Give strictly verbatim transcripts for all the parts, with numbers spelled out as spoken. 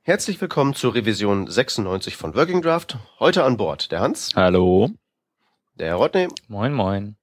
Herzlich willkommen zur Revision sechsundneunzig von Working Draft. Heute an Bord der Hans. Hallo. Der Herr Rodney. Moin, moin.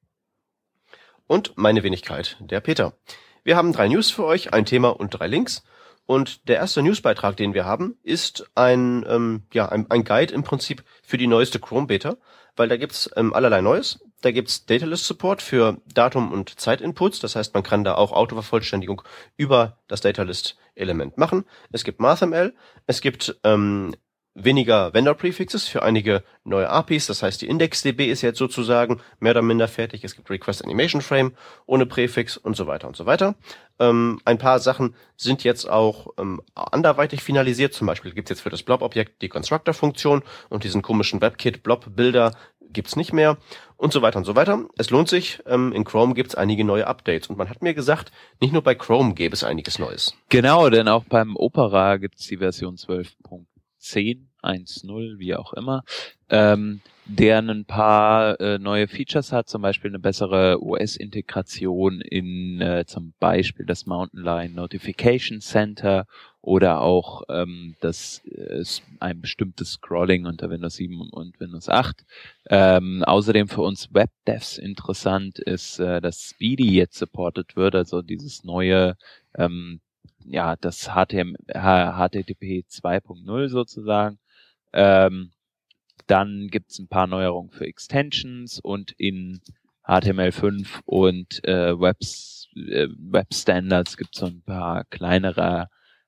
Und meine Wenigkeit, der Peter. Wir haben drei News für euch, ein Thema und drei Links. Und der erste Newsbeitrag, den wir haben, ist ein, ähm, ja, ein, ein Guide im Prinzip für die neueste Chrome-Beta, weil da gibt's ähm, allerlei Neues. Da gibt's Datalist-Support für Datum- und Zeitinputs. Das heißt, man kann da auch Autovervollständigung über das Datalist-Element machen. Es gibt MathML. Es gibt ähm, weniger Vendor-Prefixes für einige neue A P Is. Das heißt, die IndexDB ist jetzt sozusagen mehr oder minder fertig. Es gibt Request Animation Frame ohne Präfix und so weiter und so weiter. Ähm, ein paar Sachen sind jetzt auch ähm, anderweitig finalisiert. Zum Beispiel gibt's jetzt für das Blob-Objekt die Constructor-Funktion und diesen komischen WebKit-Blob-Bilder gibt's nicht mehr und so weiter und so weiter. Es lohnt sich. Ähm, in Chrome gibt's einige neue Updates und man hat mir gesagt, nicht nur bei Chrome gäbe es einiges Neues. Genau, denn auch beim Opera gibt's die Version zwölf Punkt zehn, eins Punkt null, wie auch immer, ähm, der ein paar äh, neue Features hat, zum Beispiel eine bessere O S-Integration in äh, zum Beispiel das Mountain Lion Notification Center oder auch ähm, das äh, ein bestimmtes Scrolling unter Windows sieben und Windows acht. Ähm, außerdem für uns Webdevs interessant ist, äh, dass Speedy jetzt supported wird, also dieses neue ähm, ja, das H T M L, H T T P zwei Punkt null sozusagen. Ähm, dann gibt's ein paar Neuerungen für Extensions und in H T M L fünf und äh, Webs, äh, Web Standards gibt's so ein paar kleinere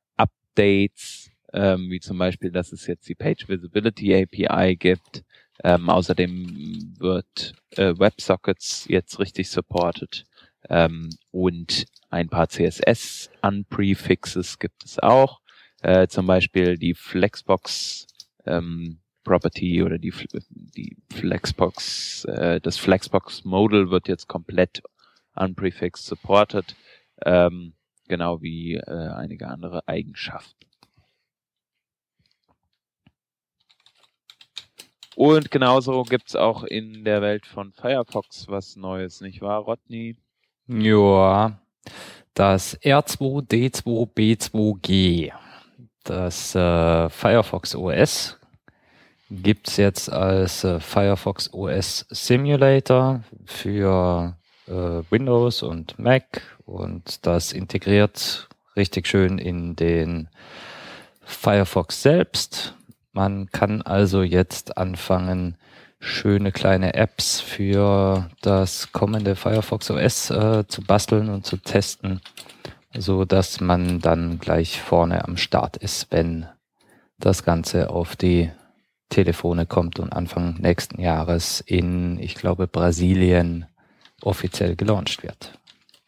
Updates, ähm, wie zum Beispiel, dass es jetzt die Page Visibility A P I gibt. Ähm, außerdem wird äh, WebSockets jetzt richtig supported. Ähm, und ein paar C S S-Unprefixes gibt es auch. Äh, zum Beispiel die Flexbox ähm, Property oder die, die Flexbox, äh, das Flexbox Modal wird jetzt komplett unprefixed supported, ähm, genau wie äh, einige andere Eigenschaften. Und genauso gibt's auch in der Welt von Firefox was Neues, nicht wahr, Rodney? Ja, das R zwei D zwei B zwei G, das äh, Firefox O S, gibt's jetzt als äh, Firefox O S Simulator für äh, Windows und Mac und das integriert richtig schön in den Firefox selbst. Man kann also jetzt anfangen, schöne kleine Apps für das kommende Firefox O S äh, zu basteln und zu testen, so dass man dann gleich vorne am Start ist, wenn das Ganze auf die Telefone kommt und Anfang nächsten Jahres in, ich glaube, Brasilien offiziell gelauncht wird.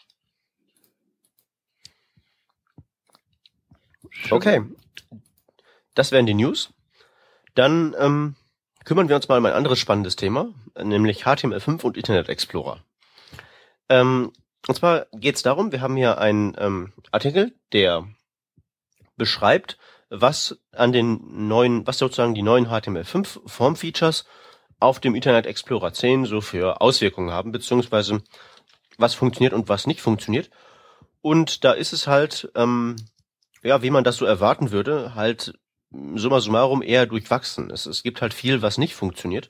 Okay, das wären die News. Dann ähm, kümmern wir uns mal um ein anderes spannendes Thema, nämlich H T M L fünf und Internet Explorer. Ähm, und zwar geht es darum, wir haben hier einen ähm, Artikel, der beschreibt, was an den neuen, was sozusagen die neuen H T M L fünf Form-Features auf dem Internet Explorer zehn so für Auswirkungen haben, beziehungsweise was funktioniert und was nicht funktioniert. Und da ist es halt, ähm, ja, wie man das so erwarten würde, halt summa summarum eher durchwachsen. Es, es gibt halt viel, was nicht funktioniert.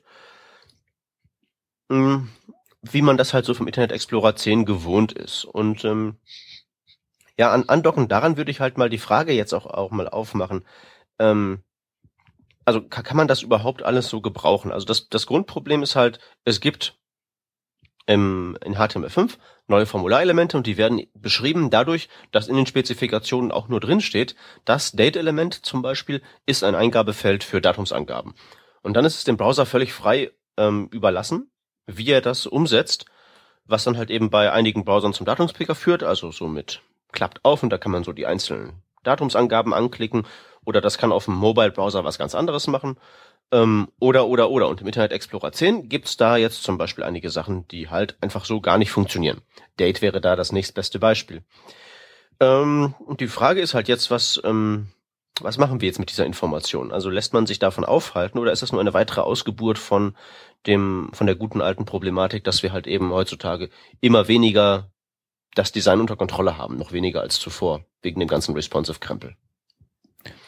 Wie man das halt so vom Internet Explorer zehn gewohnt ist. Und ähm, ja, an, andocken daran würde ich halt mal die Frage jetzt auch, auch mal aufmachen. Ähm, also kann, kann man das überhaupt alles so gebrauchen? Also das, das Grundproblem ist halt, es gibt im, in H T M L fünf neue Formularelemente und die werden beschrieben dadurch, dass in den Spezifikationen auch nur drin steht, das Date-Element zum Beispiel ist ein Eingabefeld für Datumsangaben. Und dann ist es dem Browser völlig frei ähm, überlassen, wie er das umsetzt, was dann halt eben bei einigen Browsern zum Datumspicker führt, also so mit klappt auf und da kann man so die einzelnen Datumsangaben anklicken oder das kann auf dem Mobile-Browser was ganz anderes machen. Ähm, oder, oder, oder. Und im Internet Explorer zehn gibt's da jetzt zum Beispiel einige Sachen, die halt einfach so gar nicht funktionieren. Date wäre da das nächstbeste Beispiel. Ähm, und die Frage ist halt jetzt, was, ähm, was machen wir jetzt mit dieser Information? Also lässt man sich davon aufhalten oder ist das nur eine weitere Ausgeburt von dem, von der guten alten Problematik, dass wir halt eben heutzutage immer weniger das Design unter Kontrolle haben, noch weniger als zuvor, wegen dem ganzen Responsive-Krempel?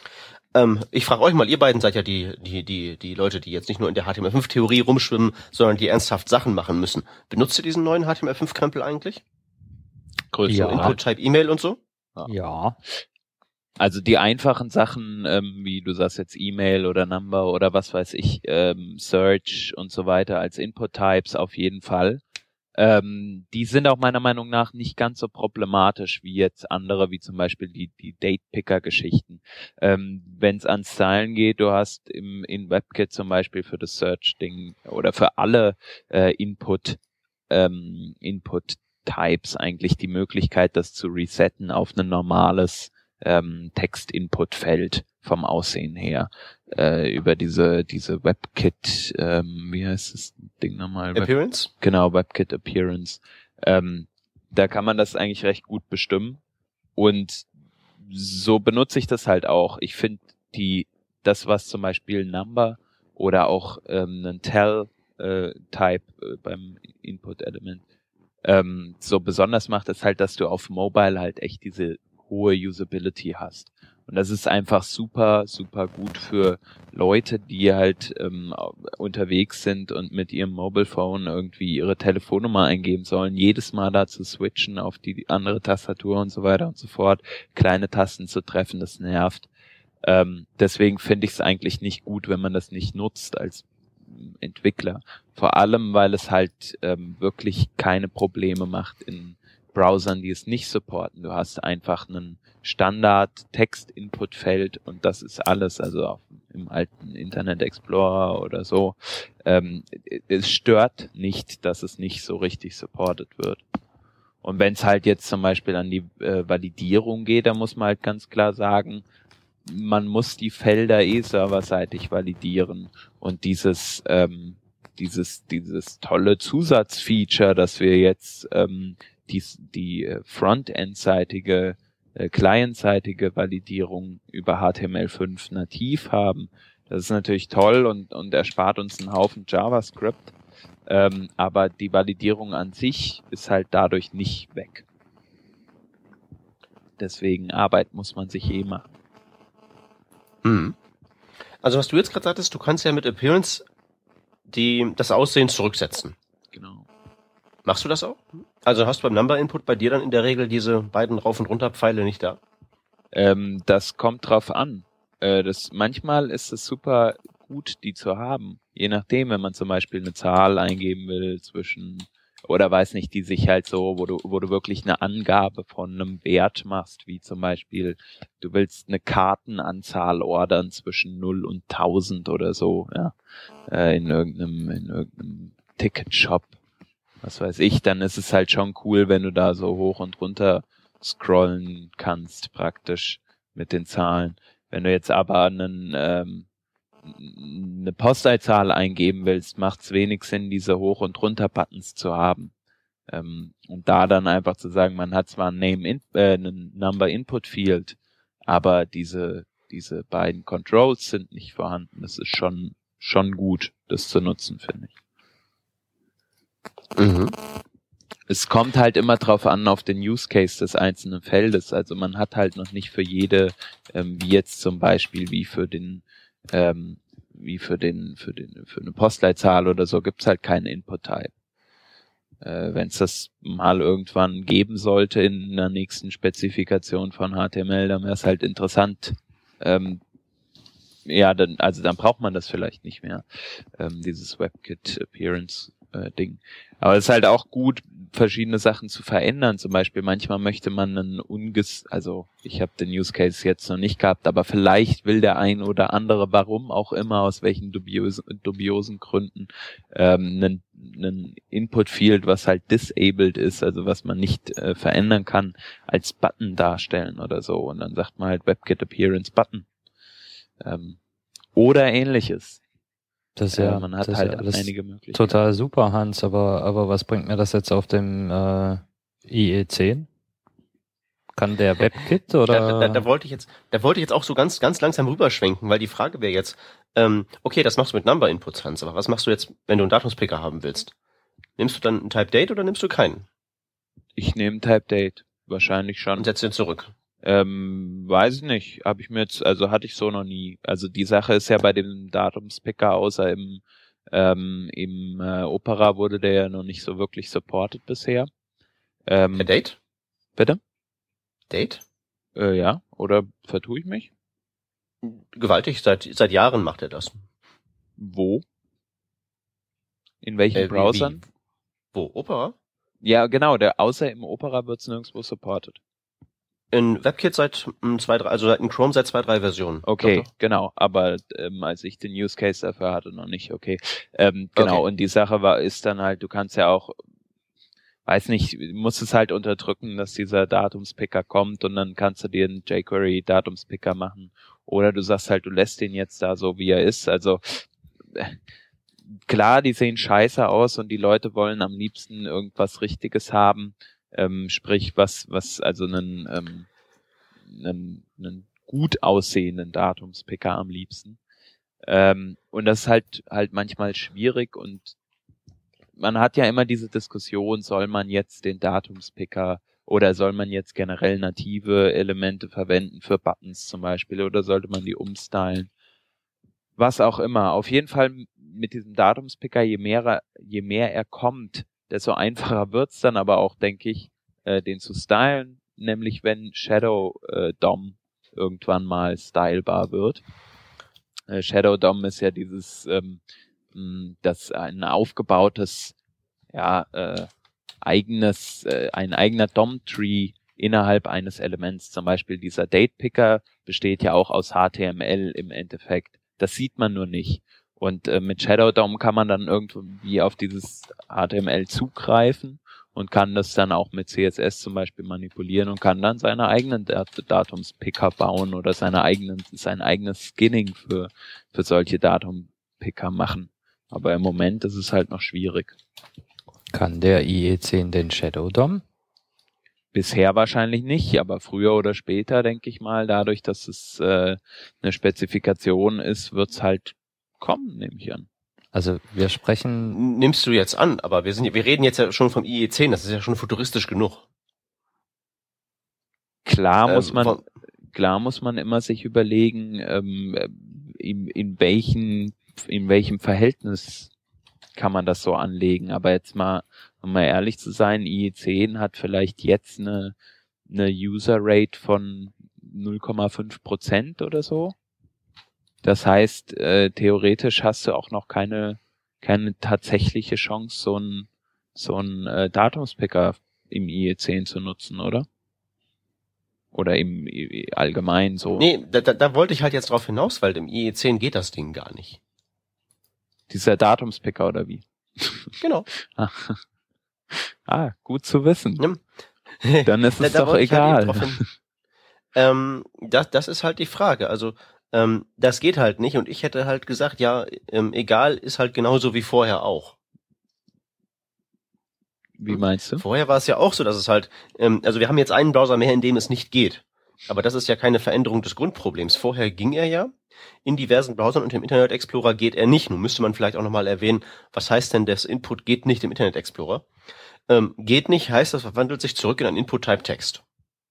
Ähm, ich frage euch mal, ihr beiden seid ja die, die, die, die Leute, die jetzt nicht nur in der H T M L fünf Theorie rumschwimmen, sondern die ernsthaft Sachen machen müssen. Benutzt ihr diesen neuen H T M L fünf Krempel eigentlich? Größe, so Input-Type E-Mail und so? Ja. ja. Also die einfachen Sachen, ähm, wie du sagst jetzt E-Mail oder Number oder was weiß ich, ähm, Search und so weiter als Input-Types auf jeden Fall. Ähm, die sind auch meiner Meinung nach nicht ganz so problematisch wie jetzt andere, wie zum Beispiel die, die Date-Picker-Geschichten. Ähm, wenn es an Stylen geht, du hast im in WebKit zum Beispiel für das Search-Ding oder für alle äh, Input ähm, Input-Types eigentlich die Möglichkeit, das zu resetten auf ein normales ähm, Text-Input-Feld vom Aussehen her. Äh, über diese diese WebKit, ähm, wie heißt das Ding nochmal? Appearance? Web, genau, WebKit Appearance. Ähm, da kann man das eigentlich recht gut bestimmen und so benutze ich das halt auch. Ich finde die das, was zum Beispiel Number oder auch ähm, ein Tell äh, Type äh, beim Input Element ähm, so besonders macht, ist halt, dass du auf Mobile halt echt diese hohe Usability hast. Und das ist einfach super, super gut für Leute, die halt ähm, unterwegs sind und mit ihrem Mobile Phone irgendwie ihre Telefonnummer eingeben sollen, jedes Mal da zu switchen auf die andere Tastatur und so weiter und so fort, kleine Tasten zu treffen, das nervt. Ähm, deswegen finde ich es eigentlich nicht gut, wenn man das nicht nutzt als Entwickler. Vor allem, weil es halt ähm, wirklich keine Probleme macht in Browsern, die es nicht supporten. Du hast einfach einen Standard-Text-Input-Feld und das ist alles, also auch im alten Internet Explorer oder so. Ähm, es stört nicht, dass es nicht so richtig supported wird. Und wenn es halt jetzt zum Beispiel an die äh, Validierung geht, da muss man halt ganz klar sagen, man muss die Felder eh serverseitig validieren und dieses ähm, dieses dieses tolle Zusatzfeature, dass wir jetzt ähm, die die Frontend-seitige äh, Client-seitige Validierung über H T M L fünf nativ haben, das ist natürlich toll und und erspart uns einen Haufen JavaScript, ähm, aber die Validierung an sich ist halt dadurch nicht weg. Deswegen Arbeit muss man sich eh machen. Hm. Also was du jetzt gerade sagtest, du kannst ja mit Appearance die das Aussehen zurücksetzen. Genau. Machst du das auch? Also hast du beim Number Input bei dir dann in der Regel diese beiden Rauf- und Runter-Pfeile nicht da? Ähm, das kommt drauf an. Äh, das, manchmal ist es super gut, die zu haben. Je nachdem, wenn man zum Beispiel eine Zahl eingeben will zwischen, oder weiß nicht, die sich halt so, wo du, wo du wirklich eine Angabe von einem Wert machst, wie zum Beispiel, du willst eine Kartenanzahl ordern zwischen null und tausend oder so, ja, äh, in irgendeinem, in irgendeinem Ticketshop, was weiß ich, dann ist es halt schon cool, wenn du da so hoch und runter scrollen kannst, praktisch, mit den Zahlen. Wenn du jetzt aber einen, ähm, eine Postleitzahl eingeben willst, macht es wenig Sinn, diese Hoch- und Runter-Buttons zu haben. Ähm, und da dann einfach zu sagen, man hat zwar ein Name in, äh, einen Number Input Field, aber diese diese beiden Controls sind nicht vorhanden. Das ist schon schon gut, das zu nutzen, finde ich. Mhm. Es kommt halt immer drauf an, auf den Use Case des einzelnen Feldes. Also man hat halt noch nicht für jede, ähm, wie jetzt zum Beispiel, wie für den, ähm, wie für den, für den, für eine Postleitzahl oder so, gibt's halt keinen Input-Type. Äh, wenn es das mal irgendwann geben sollte in der nächsten Spezifikation von H T M L, dann wäre es halt interessant. Ähm, ja, dann, also dann braucht man das vielleicht nicht mehr, ähm, dieses WebKit Appearance äh, Ding. Aber es ist halt auch gut, verschiedene Sachen zu verändern. Zum Beispiel manchmal möchte man einen unges, also ich habe den Use Case jetzt noch nicht gehabt, aber vielleicht will der ein oder andere, warum auch immer, aus welchen dubiosen, dubiosen Gründen, ähm, einen, einen Input Field, was halt disabled ist, also was man nicht äh, verändern kann, als Button darstellen oder so. Und dann sagt man halt WebKit Appearance Button. Ähm, oder ähnliches. Das ist ja, äh, man hat das halt ist ja alles einige Möglichkeiten. total super, Hans, aber, aber was bringt mir das jetzt auf dem äh, I E zehn? Kann der WebKit oder? Da, da, da wollte ich jetzt, da wollte ich jetzt auch so ganz, ganz langsam rüberschwenken, weil die Frage wäre jetzt, ähm, okay, das machst du mit Number Inputs, Hans, aber was machst du jetzt, wenn du einen Datumspicker haben willst? Nimmst du dann einen Type Date oder nimmst du keinen? Ich nehme Type Date. Wahrscheinlich schon. Und setzt den zurück. Ähm, weiß ich nicht. Habe ich mir jetzt, also hatte ich so noch nie. Also die Sache ist ja bei dem Datumspicker, außer im ähm, im äh, Opera wurde der ja noch nicht so wirklich supported bisher. Ähm, Per Date? Bitte? Date? Äh, ja, oder vertue ich mich? Gewaltig, seit seit Jahren macht er das. Wo? In welchen Äh, wie- Browsern? Wie, wo? Opera? Ja, genau, der außer im Opera wird's nirgendwo supported. In WebKit seit mm, zwei, drei, also in Chrome seit zwei, drei Versionen. Okay, Doch, doch. genau, aber ähm, als ich den Use Case dafür hatte, noch nicht, okay. Ähm, genau, Okay. und die Sache war, ist dann halt, du kannst ja auch, weiß nicht, musst es halt unterdrücken, dass dieser Datumspicker kommt und dann kannst du dir einen jQuery Datumspicker machen. Oder du sagst halt, du lässt den jetzt da so, wie er ist. Also äh, klar, die sehen scheiße aus und die Leute wollen am liebsten irgendwas Richtiges haben. Ähm, sprich, was, was, also einen, ähm, einen, einen gut aussehenden Datumspicker am liebsten. Ähm, und das ist halt, halt manchmal schwierig und man hat ja immer diese Diskussion, soll man jetzt den Datumspicker oder soll man jetzt generell native Elemente verwenden für Buttons zum Beispiel oder sollte man die umstylen? Was auch immer. Auf jeden Fall mit diesem Datumspicker, je mehr er, je mehr er kommt, desto einfacher wird's dann aber auch, denke ich, äh, den zu stylen, nämlich wenn Shadow äh, D O M irgendwann mal stylebar wird. Äh, Shadow D O M ist ja dieses, ähm, mh, das ein aufgebautes, ja, äh, eigenes, äh, ein eigener D O M-Tree innerhalb eines Elements. Zum Beispiel dieser Date-Picker besteht ja auch aus H T M L im Endeffekt. Das sieht man nur nicht. Und äh, mit Shadow D O M kann man dann irgendwie auf dieses H T M L zugreifen und kann das dann auch mit C S S zum Beispiel manipulieren und kann dann seine eigenen Dat- Datumspicker bauen oder seine eigenen, sein eigenes Skinning für, für solche Datumpicker machen. Aber im Moment ist es halt noch schwierig. Kann der I E zehn den Shadow D O M? Bisher wahrscheinlich nicht, aber früher oder später, denke ich mal, dadurch, dass es äh, eine Spezifikation ist, wird's halt kommen, nehme ich an. Also wir sprechen, Nimmst du jetzt an, aber wir sind, wir reden jetzt ja schon vom I E zehn, das ist ja schon futuristisch genug. Klar Ähm, muss man, von- klar muss man immer sich überlegen, ähm, in, in welchen, in welchem Verhältnis kann man das so anlegen. Aber jetzt mal, um mal ehrlich zu sein, I E zehn hat vielleicht jetzt eine, eine User Rate von null Komma fünf Prozent oder so. Das heißt, äh, theoretisch hast du auch noch keine, keine tatsächliche Chance, so ein, so ein äh, Datumspicker im I E zehn zu nutzen, oder? Oder im i- allgemein so. Nee, da, da, da wollte ich halt jetzt drauf hinaus, weil im I E zehn geht das Ding gar nicht. Dieser Datumspicker oder wie? Genau. Ah, gut zu wissen. Ja. Dann ist Da- es da doch wollte ich halt egal. eben drauf hin. ähm, das, das ist halt die Frage. Also, ähm, das geht halt nicht und ich hätte halt gesagt, ja, ähm, egal, ist halt genauso wie vorher auch. Wie meinst du? Vorher war es ja auch so, dass es halt, ähm, also wir haben jetzt einen Browser mehr, in dem es nicht geht. Aber das ist ja keine Veränderung des Grundproblems. Vorher ging er ja in diversen Browsern und im Internet Explorer geht er nicht. Nun müsste man vielleicht auch nochmal erwähnen, was heißt denn, das Input geht nicht im Internet Explorer? Ähm, geht nicht heißt, das verwandelt sich zurück in einen Input-Type-Text.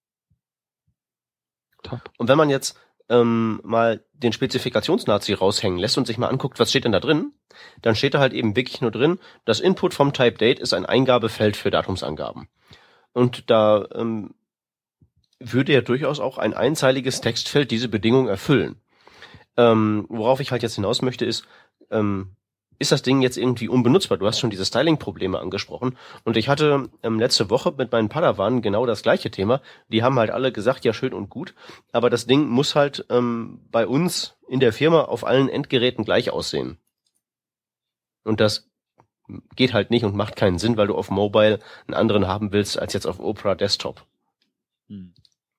Top. Und wenn man jetzt ähm, mal den Spezifikationsnazi raushängen lässt und sich mal anguckt, was steht denn da drin, dann steht da halt eben wirklich nur drin, das Input vom Type Date ist ein Eingabefeld für Datumsangaben. Und da ähm, würde ja durchaus auch ein einzeiliges Textfeld diese Bedingung erfüllen. Ähm, worauf ich halt jetzt hinaus möchte, ist, ähm, ist das Ding jetzt irgendwie unbenutzbar? Du hast schon diese Styling-Probleme angesprochen. Und ich hatte ähm, letzte Woche mit meinen Padawanen genau das gleiche Thema. Die haben halt alle gesagt, ja, schön und gut. Aber das Ding muss halt ähm, bei uns in der Firma auf allen Endgeräten gleich aussehen. Und das geht halt nicht und macht keinen Sinn, weil du auf Mobile einen anderen haben willst, als jetzt auf Opera Desktop. Hm.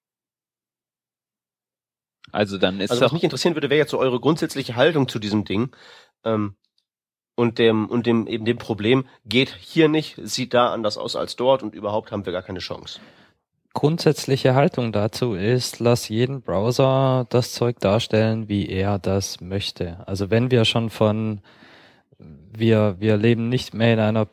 Also dann ist Also was doch, mich interessieren würde, wäre jetzt so eure grundsätzliche Haltung zu diesem Ding. Ähm, und dem, und dem, eben dem Problem, geht hier nicht, sieht da anders aus als dort und überhaupt haben wir gar keine Chance. grundsätzliche Haltung dazu ist, lass jeden Browser das Zeug darstellen, wie er das möchte. Also wenn wir schon von wir wir leben nicht mehr in einer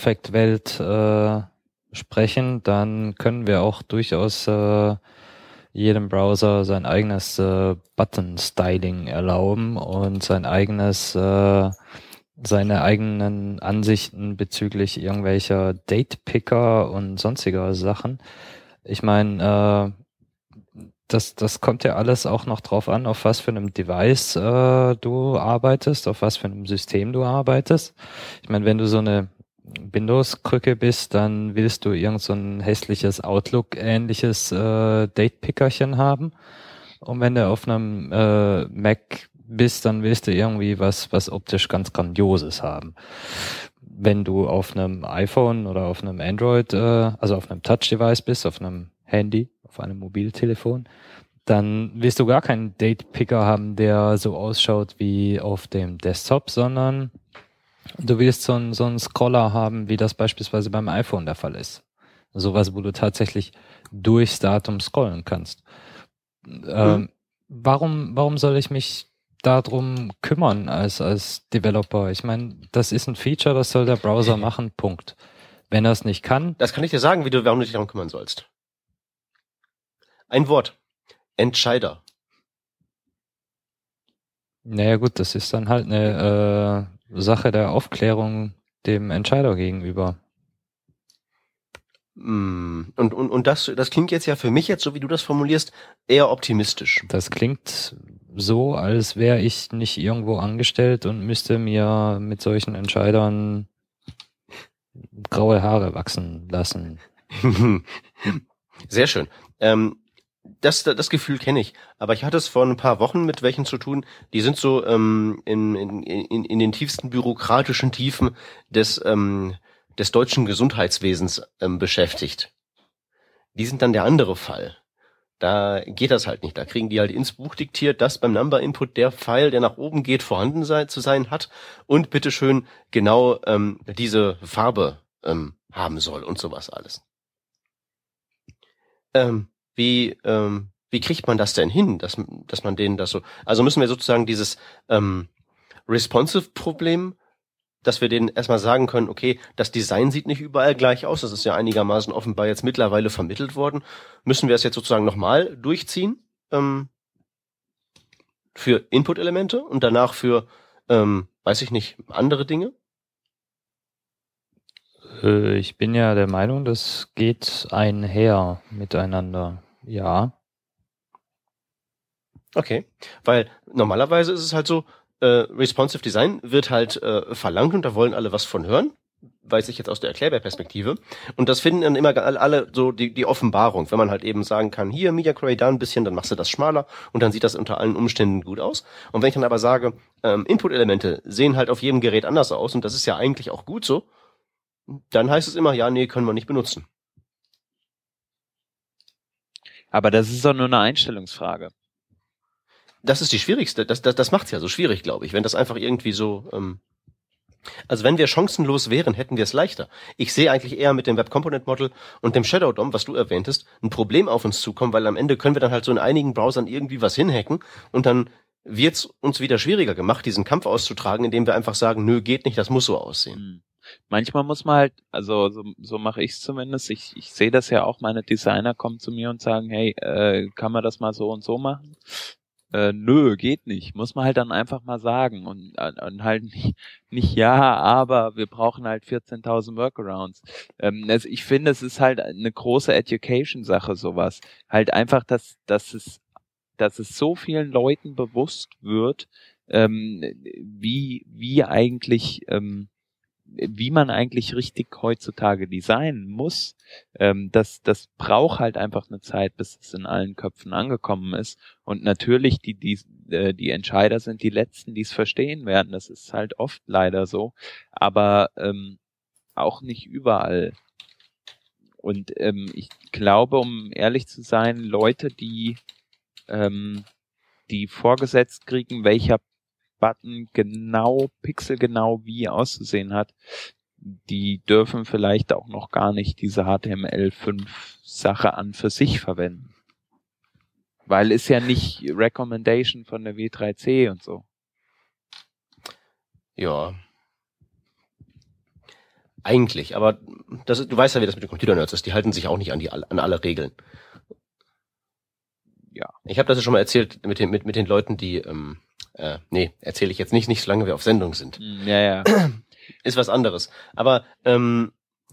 Pixel-Perfect-Welt äh, sprechen, dann können wir auch durchaus äh, jedem Browser sein eigenes äh, Button-Styling erlauben und sein eigenes, äh, seine eigenen Ansichten bezüglich irgendwelcher Date-Picker und sonstiger Sachen. Ich meine, äh, das, das kommt ja alles auch noch drauf an, auf was für einem Device äh, du arbeitest, auf was für einem System du arbeitest. Ich meine, wenn du so eine Windows-Krücke bist, dann willst du irgend so ein hässliches Outlook-ähnliches äh, Date-Pickerchen haben. Und wenn du auf einem äh, Mac bist, dann willst du irgendwie was, was optisch ganz Grandioses haben. Wenn du auf einem iPhone oder auf einem Android, äh, also auf einem Touch-Device bist, auf einem Handy, auf einem Mobiltelefon, dann willst du gar keinen Date-Picker haben, der so ausschaut wie auf dem Desktop, sondern du willst so einen, so einen Scroller haben, wie das beispielsweise beim iPhone der Fall ist. Sowas, wo du tatsächlich durchs Datum scrollen kannst. Mhm. Ähm, warum, warum soll ich mich darum kümmern als, als Developer? Ich meine, das ist ein Feature, das soll der Browser machen, Punkt. Wenn er es nicht kann... Das kann ich dir sagen, wie du, warum du dich darum kümmern sollst. Ein Wort. Entscheider. Naja gut, das ist dann halt eine äh, Sache der Aufklärung dem Entscheider gegenüber. Mm, Und, und, und das, das klingt jetzt ja für mich jetzt, so wie du das formulierst, eher optimistisch. Das klingt so, als wäre ich nicht irgendwo angestellt und müsste mir mit solchen Entscheidern graue Haare wachsen lassen. Sehr schön. Ähm, das, das Gefühl kenne ich. Aber ich hatte es vor ein paar Wochen mit welchen zu tun, die sind so ähm, in, in, in, in den tiefsten bürokratischen Tiefen des, ähm, des deutschen Gesundheitswesens ähm, beschäftigt. Die sind dann der andere Fall. Da geht das halt nicht. Da kriegen die halt ins Buch diktiert, dass beim Number Input der Pfeil, der nach oben geht, vorhanden sei, zu sein hat und bitteschön genau ähm, diese Farbe ähm, haben soll und sowas alles. Ähm, wie ähm, wie kriegt man das denn hin, dass dass man denen das so... Also müssen wir sozusagen dieses ähm, Responsive-Problem, dass wir denen erstmal sagen können, okay, das Design sieht nicht überall gleich aus, das ist ja einigermaßen offenbar jetzt mittlerweile vermittelt worden, müssen wir es jetzt sozusagen nochmal durchziehen ähm, für Input-Elemente und danach für, ähm, weiß ich nicht, andere Dinge? Äh, ich bin ja der Meinung, das geht einher miteinander. Ja. Okay, weil normalerweise ist es halt so, äh, Responsive Design wird halt äh, verlangt und da wollen alle was von hören, weiß ich jetzt aus der Erklärbär-Perspektive. Und das finden dann immer alle so die, die Offenbarung, wenn man halt eben sagen kann, hier Media Query da ein bisschen, dann machst du das schmaler und dann sieht das unter allen Umständen gut aus. Und wenn ich dann aber sage, ähm, Input-Elemente sehen halt auf jedem Gerät anders aus und das ist ja eigentlich auch gut so, dann heißt es immer, ja, nee, können wir nicht benutzen. Aber das ist doch nur eine Einstellungsfrage. Das ist die schwierigste, das, das, das macht's ja so schwierig, glaube ich, wenn das einfach irgendwie so, ähm, also wenn wir chancenlos wären, hätten wir es leichter. Ich sehe eigentlich eher mit dem Web Component Model und dem Shadow D O M, was du erwähntest, ein Problem auf uns zukommen, weil am Ende können wir dann halt so in einigen Browsern irgendwie was hinhacken und dann wird's uns wieder schwieriger gemacht, diesen Kampf auszutragen, indem wir einfach sagen, nö, geht nicht, das muss so aussehen. Hm. Manchmal muss man halt, also so, so mache ich es zumindest, ich, ich sehe das ja auch, meine Designer kommen zu mir und sagen, hey, äh, kann man das mal so und so machen? Äh, nö, geht nicht. Muss man halt dann einfach mal sagen und, und halt nicht, nicht ja, aber wir brauchen halt vierzehntausend Workarounds. Ähm, also ich finde, es ist halt eine große Education-Sache, sowas. Halt einfach, dass, dass es, dass es so vielen Leuten bewusst wird, ähm, wie, wie eigentlich, ähm, wie man eigentlich richtig heutzutage designen muss, ähm, das, das braucht halt einfach eine Zeit, bis es in allen Köpfen angekommen ist. Und natürlich, die, die, äh, die Entscheider sind die Letzten, die es verstehen werden. Das ist halt oft leider so. Aber ähm, auch nicht überall. Und ähm, ich glaube, um ehrlich zu sein, Leute, die, ähm, die vorgesetzt kriegen, welcher Button genau, pixelgenau wie auszusehen hat, die dürfen vielleicht auch noch gar nicht diese H T M L fünf Sache an für sich verwenden. Weil ist ja nicht Recommendation von der W drei C und so. Ja. Eigentlich, aber das, du weißt ja, wie das mit den Computernerds ist, die halten sich auch nicht an, die, an alle Regeln. ja. Ich habe das ja schon mal erzählt mit den, mit, mit den Leuten, die, ähm, äh, nee, erzähle ich jetzt nicht, nicht solange wir auf Sendung sind. Ja, ja. Ist was anderes. Aber, ähm,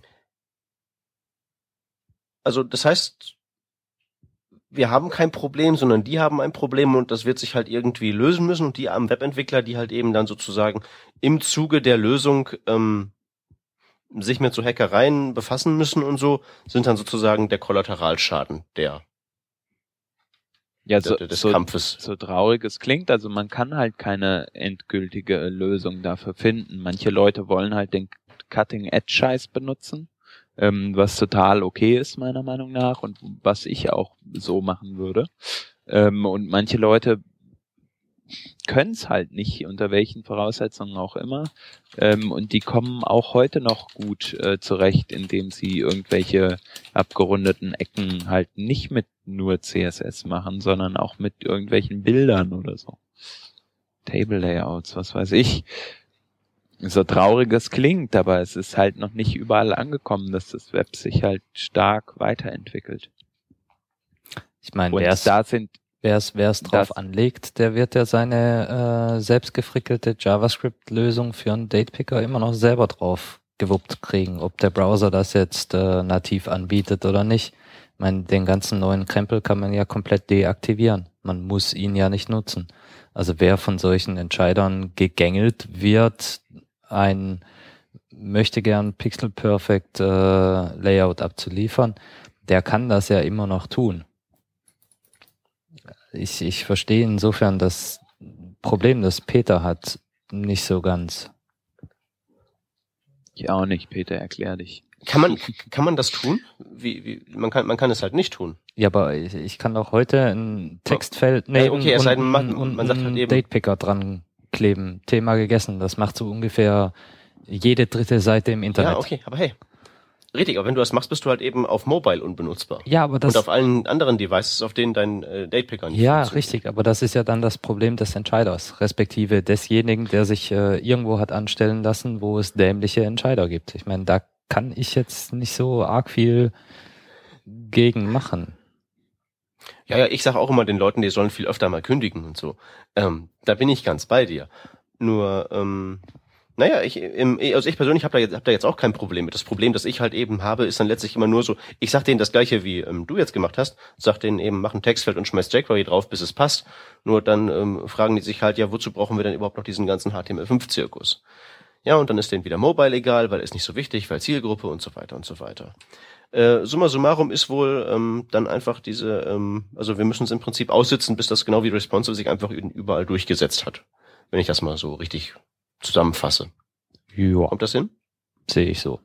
also das heißt, wir haben kein Problem, sondern die haben ein Problem und das wird sich halt irgendwie lösen müssen und die armen Webentwickler, die halt eben dann sozusagen im Zuge der Lösung ähm, sich mit so Hackereien befassen müssen und so, sind dann sozusagen der Kollateralschaden der, ja, so, der des so, Kampfes. So traurig es klingt, also man kann halt keine endgültige Lösung dafür finden. Manche Leute wollen halt den Cutting-Edge-Scheiß benutzen, ähm, was total okay ist, meiner Meinung nach, und was ich auch so machen würde. Ähm, und manche Leute können es halt nicht, unter welchen Voraussetzungen auch immer. Ähm, und die kommen auch heute noch gut äh, zurecht, indem sie irgendwelche abgerundeten Ecken halt nicht mit nur C S S machen, sondern auch mit irgendwelchen Bildern oder so. Table Layouts, was weiß ich. So traurig es klingt, aber es ist halt noch nicht überall angekommen, dass das Web sich halt stark weiterentwickelt. Ich meine, Und wer es da sind wer es wer es drauf das- anlegt, der wird ja seine äh, selbst gefrickelte JavaScript-Lösung für einen Datepicker immer noch selber drauf gewuppt kriegen, ob der Browser das jetzt äh, nativ anbietet oder nicht. Ich meine, den ganzen neuen Krempel kann man ja komplett deaktivieren. Man muss ihn ja nicht nutzen. Also wer von solchen Entscheidern gegängelt wird, ein möchte gern Pixel Perfect äh, Layout abzuliefern, der kann das ja immer noch tun. Ich, ich verstehe insofern das Problem, das Peter hat, nicht so ganz. ich auch nicht, Peter, erklär dich. Kann man, kann man das tun? Wie, wie, man kann, man kann es halt nicht tun. Ja, aber ich, ich kann doch heute ein Textfeld Ey, nehmen okay, es und, sei denn, man- und man sagt halt einen eben- Datepicker dran kleben. Thema gegessen. Das macht so ungefähr jede dritte Seite im Internet. Ja, okay, aber hey. Richtig, aber wenn du das machst, bist du halt eben auf Mobile unbenutzbar. Ja, aber das und auf allen anderen Devices, auf denen dein äh, Datepicker nicht ja, funktioniert. richtig, aber das ist ja dann das Problem des Entscheiders, respektive desjenigen, der sich äh, irgendwo hat anstellen lassen, wo es dämliche Entscheider gibt. Ich meine, da kann ich jetzt nicht so arg viel gegen machen. Ja, ja, ich sage auch immer den Leuten, die sollen viel öfter mal kündigen und so. Ähm, da bin ich ganz bei dir. Nur, ähm, naja, ich, im, also ich persönlich habe da, jetzt, hab da jetzt auch kein Problem mit. Das Problem, das ich halt eben habe, ist dann letztlich immer nur so, ich sag denen das Gleiche, wie ähm, du jetzt gemacht hast, sag denen eben, mach ein Textfeld und schmeiß jQuery drauf, bis es passt. Nur dann ähm, fragen die sich halt, ja, wozu brauchen wir denn überhaupt noch diesen ganzen H T M L fünf Zirkus? Ja, und dann ist denen wieder Mobile egal, weil ist nicht so wichtig, weil Zielgruppe und so weiter und so weiter. Äh, summa summarum ist wohl ähm, dann einfach diese, ähm, also wir müssen es im Prinzip aussitzen, bis das genau wie Responsive sich einfach überall durchgesetzt hat. Wenn ich das mal so richtig zusammenfasse. Ja, Kommt das hin? sehe ich so.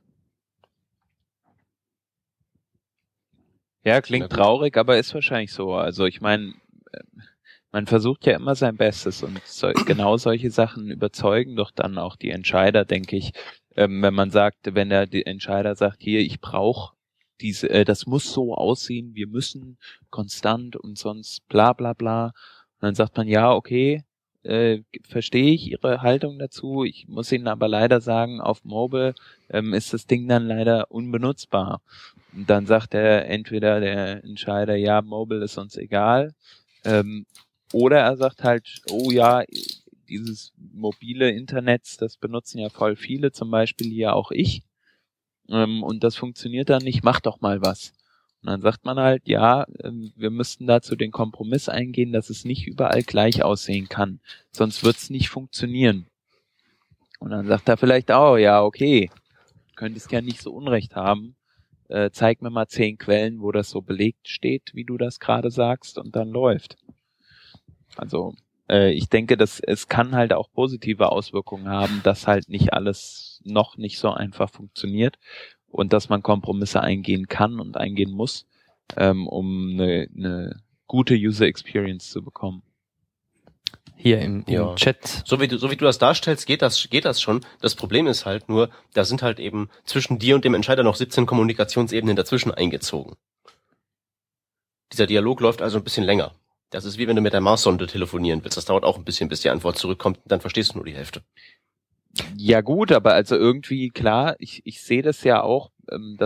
Ja, klingt Na gut. traurig, aber ist wahrscheinlich so. Also ich meine, man versucht ja immer sein Bestes und so, genau solche Sachen überzeugen doch dann auch die Entscheider, denke ich. Ähm, wenn man sagt, wenn der die Entscheider sagt, hier, ich brauche diese, äh, das muss so aussehen, wir müssen konstant und sonst bla bla bla. Und dann sagt man, ja, okay, äh, verstehe ich Ihre Haltung dazu. Ich muss Ihnen aber leider sagen, auf Mobile ähm, ist das Ding dann leider unbenutzbar. Und dann sagt er entweder der Entscheider, ja, Mobile ist uns egal, ähm, oder er sagt halt, oh ja, dieses mobile Internet, das benutzen ja voll viele, zum Beispiel hier auch ich, ähm, und das funktioniert dann nicht, mach doch mal was. Und dann sagt man halt, ja, ähm, wir müssten dazu den Kompromiss eingehen, dass es nicht überall gleich aussehen kann, sonst wird's nicht funktionieren. Und dann sagt er vielleicht auch, ja, okay, könntest ja nicht so Unrecht haben, äh, zeig mir mal zehn Quellen, wo das so belegt steht, wie du das gerade sagst, und dann läuft. Also äh, ich denke, dass es kann halt auch positive Auswirkungen haben, dass halt nicht alles noch nicht so einfach funktioniert und dass man Kompromisse eingehen kann und eingehen muss, ähm, um eine, eine gute User Experience zu bekommen. Hier im, im Ja. Chat. So wie du, so wie du das darstellst, geht das, geht das schon. Das Problem ist halt nur, da sind halt eben zwischen dir und dem Entscheider noch siebzehn Kommunikationsebenen dazwischen eingezogen. Dieser Dialog läuft also ein bisschen länger. Das ist wie wenn du mit der Marssonde telefonieren willst. Das dauert auch ein bisschen, bis die Antwort zurückkommt, dann verstehst du nur die Hälfte. Ja gut, aber also irgendwie, klar, ich, ich sehe das ja auch, ähm, dass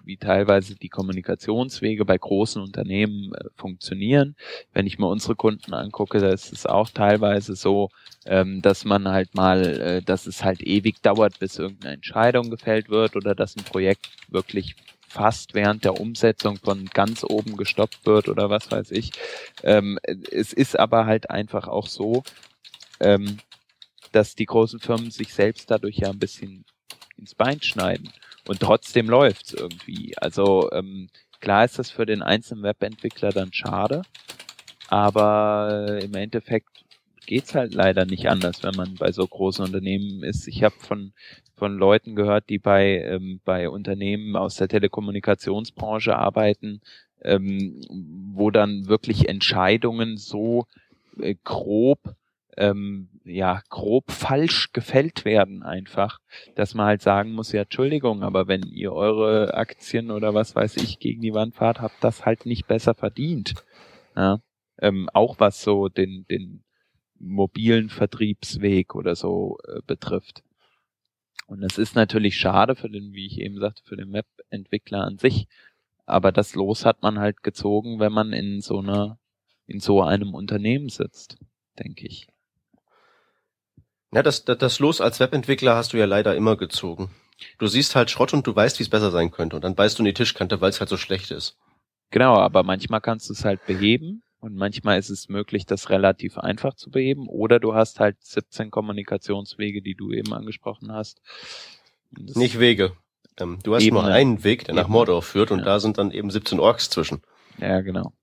wie teilweise die Kommunikationswege bei großen Unternehmen äh, funktionieren. Wenn ich mir unsere Kunden angucke, da ist es auch teilweise so, ähm, dass man halt mal, äh, dass es halt ewig dauert, bis irgendeine Entscheidung gefällt wird oder dass ein Projekt wirklich fast während der Umsetzung von ganz oben gestoppt wird oder was weiß ich. Ähm, es ist aber halt einfach auch so, ähm, dass die großen Firmen sich selbst dadurch ja ein bisschen ins Bein schneiden. Und trotzdem läuft's irgendwie. Also ähm, klar ist das für den einzelnen Webentwickler dann schade, aber im Endeffekt geht's halt leider nicht anders, wenn man bei so großen Unternehmen ist. Ich habe von von Leuten gehört, die bei ähm, bei Unternehmen aus der Telekommunikationsbranche arbeiten, ähm, wo dann wirklich Entscheidungen so äh, grob ähm, ja grob falsch gefällt werden einfach, dass man halt sagen muss, ja Entschuldigung, aber wenn ihr eure Aktien oder was weiß ich gegen die Wand fahrt, habt das halt nicht besser verdient. Ja? Ähm, auch was so den den mobilen Vertriebsweg oder so äh, betrifft. Und das ist natürlich schade für den, wie ich eben sagte, für den Webentwickler an sich. Aber das Los hat man halt gezogen, wenn man in so einer, in so einem Unternehmen sitzt, denke ich. Ja, das, das, das Los als Webentwickler hast du ja leider immer gezogen. Du siehst halt Schrott und du weißt, wie es besser sein könnte. Und dann beißt du in die Tischkante, weil es halt so schlecht ist. Genau, aber manchmal kannst du es halt beheben. Und manchmal ist es möglich, das relativ einfach zu beheben. Oder du hast halt siebzehn Kommunikationswege, die du eben angesprochen hast. Nicht Wege. Ähm, du hast Ebene. nur einen Weg, der nach Ebene. Mordor führt. Und Ja. da sind dann eben siebzehn Orks zwischen. Ja, genau.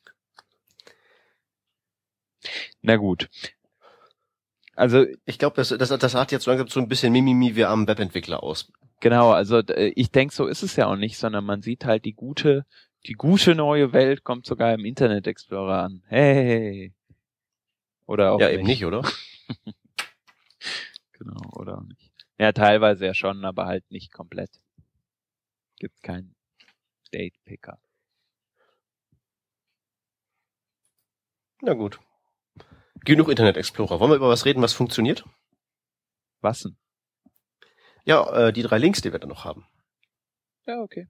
Na gut. Also Ich glaube, das, das, das hat jetzt langsam so ein bisschen Mimimi wie am Webentwickler aus. genau, also äh, ich denke, so ist es ja auch nicht, sondern man sieht halt die gute Die gute neue Welt kommt sogar im Internet Explorer an. Hey. Oder auch Ja, nicht. eben nicht, oder? Genau, oder auch nicht. Ja, teilweise ja schon, aber halt nicht komplett. Gibt keinen Date-Picker. Na gut. Genug Internet Explorer. Wollen wir über was reden, was funktioniert? Was denn? Ja, äh, die drei Links, die wir da noch haben. Ja, okay.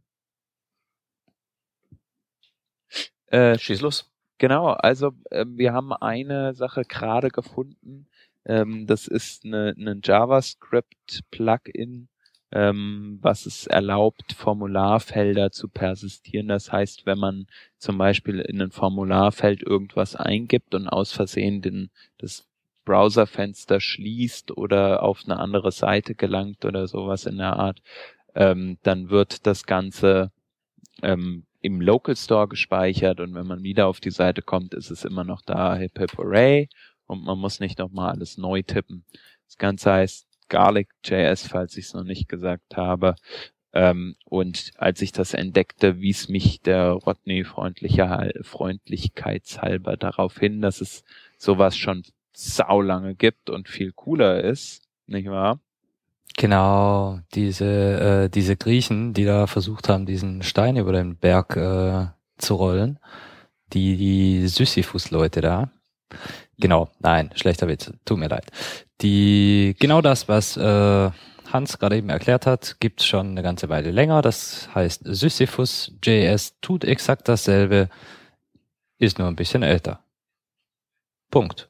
Äh, Schieß los. Genau, also äh, wir haben eine Sache gerade gefunden. Ähm, das ist eine, eine JavaScript-Plugin, ähm, was es erlaubt, Formularfelder zu persistieren. Das heißt, wenn man zum Beispiel in ein Formularfeld irgendwas eingibt und aus Versehen den, das Browserfenster schließt oder auf eine andere Seite gelangt oder sowas in der Art, ähm, dann wird das Ganze ähm, im Local Store gespeichert und wenn man wieder auf die Seite kommt, ist es immer noch da, hip hip hooray, und man muss nicht nochmal alles neu tippen. Das Ganze heißt Garlic.js, falls ich es noch nicht gesagt habe. Ähm, und als ich das entdeckte, wies mich der Rodney freundlicher, freundlichkeitshalber darauf hin, dass es sowas schon saulange gibt und viel cooler ist, nicht wahr? Genau, diese äh, diese Griechen, die da versucht haben, diesen Stein über den Berg äh, zu rollen, die die Sisyphus-Leute da. Genau, nein, schlechter Witz, tut mir leid. Die genau das, was äh, Hans gerade eben erklärt hat, gibt's schon eine ganze Weile länger. Das heißt Sisyphus.js tut exakt dasselbe, ist nur ein bisschen älter. Punkt.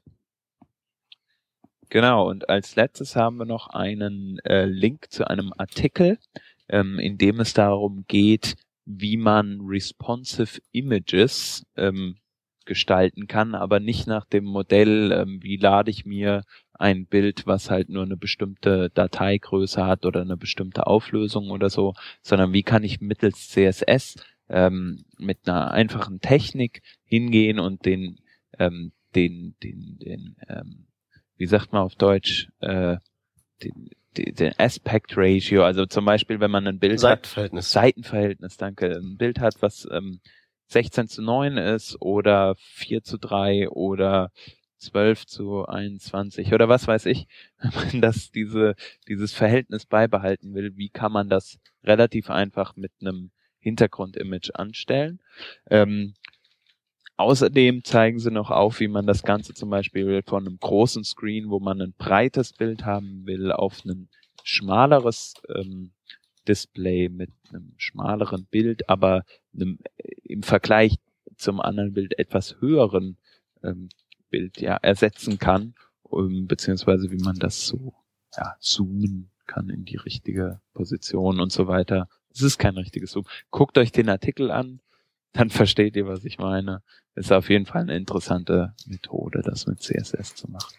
Genau, und als letztes haben wir noch einen äh, Link zu einem Artikel, ähm, in dem es darum geht, wie man responsive Images ähm, gestalten kann, aber nicht nach dem Modell, ähm, wie lade ich mir ein Bild, was halt nur eine bestimmte Dateigröße hat oder eine bestimmte Auflösung oder so, sondern wie kann ich mittels C S S ähm, mit einer einfachen Technik hingehen und den, ähm, den, den, den, ähm, wie sagt man auf Deutsch, äh, den, den, den Aspect Ratio, also zum Beispiel, wenn man ein Bild Seitenverhältnis. hat, Seitenverhältnis, danke, ein Bild hat, was ähm, sechzehn zu neun ist oder vier zu drei oder zwölf zu einundzwanzig oder was weiß ich, wenn man das, diese, dieses Verhältnis beibehalten will, wie kann man das relativ einfach mit einem Hintergrundimage anstellen? Ähm, Außerdem zeigen sie noch auf, wie man das Ganze zum Beispiel von einem großen Screen, wo man ein breites Bild haben will, auf ein schmaleres ähm, Display mit einem schmaleren Bild, aber einem im Vergleich zum anderen Bild etwas höheren ähm, Bild ja ersetzen kann, um, beziehungsweise wie man das so ja, zoomen kann in die richtige Position und so weiter. Es ist kein richtiges Zoom. Guckt euch den Artikel an, dann versteht ihr, was ich meine. Ist auf jeden Fall eine interessante Methode, das mit C S S zu machen.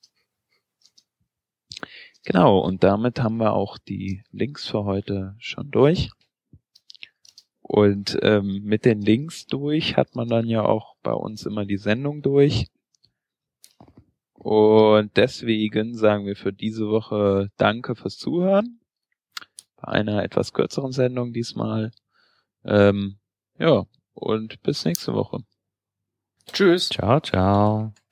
Genau, und damit haben wir auch die Links für heute schon durch. Und ähm, mit den Links durch hat man dann ja auch bei uns immer die Sendung durch. Und deswegen sagen wir für diese Woche Danke fürs Zuhören. Bei einer etwas kürzeren Sendung diesmal. Ähm, ja, und bis nächste Woche. Tschüss. Ciao, ciao.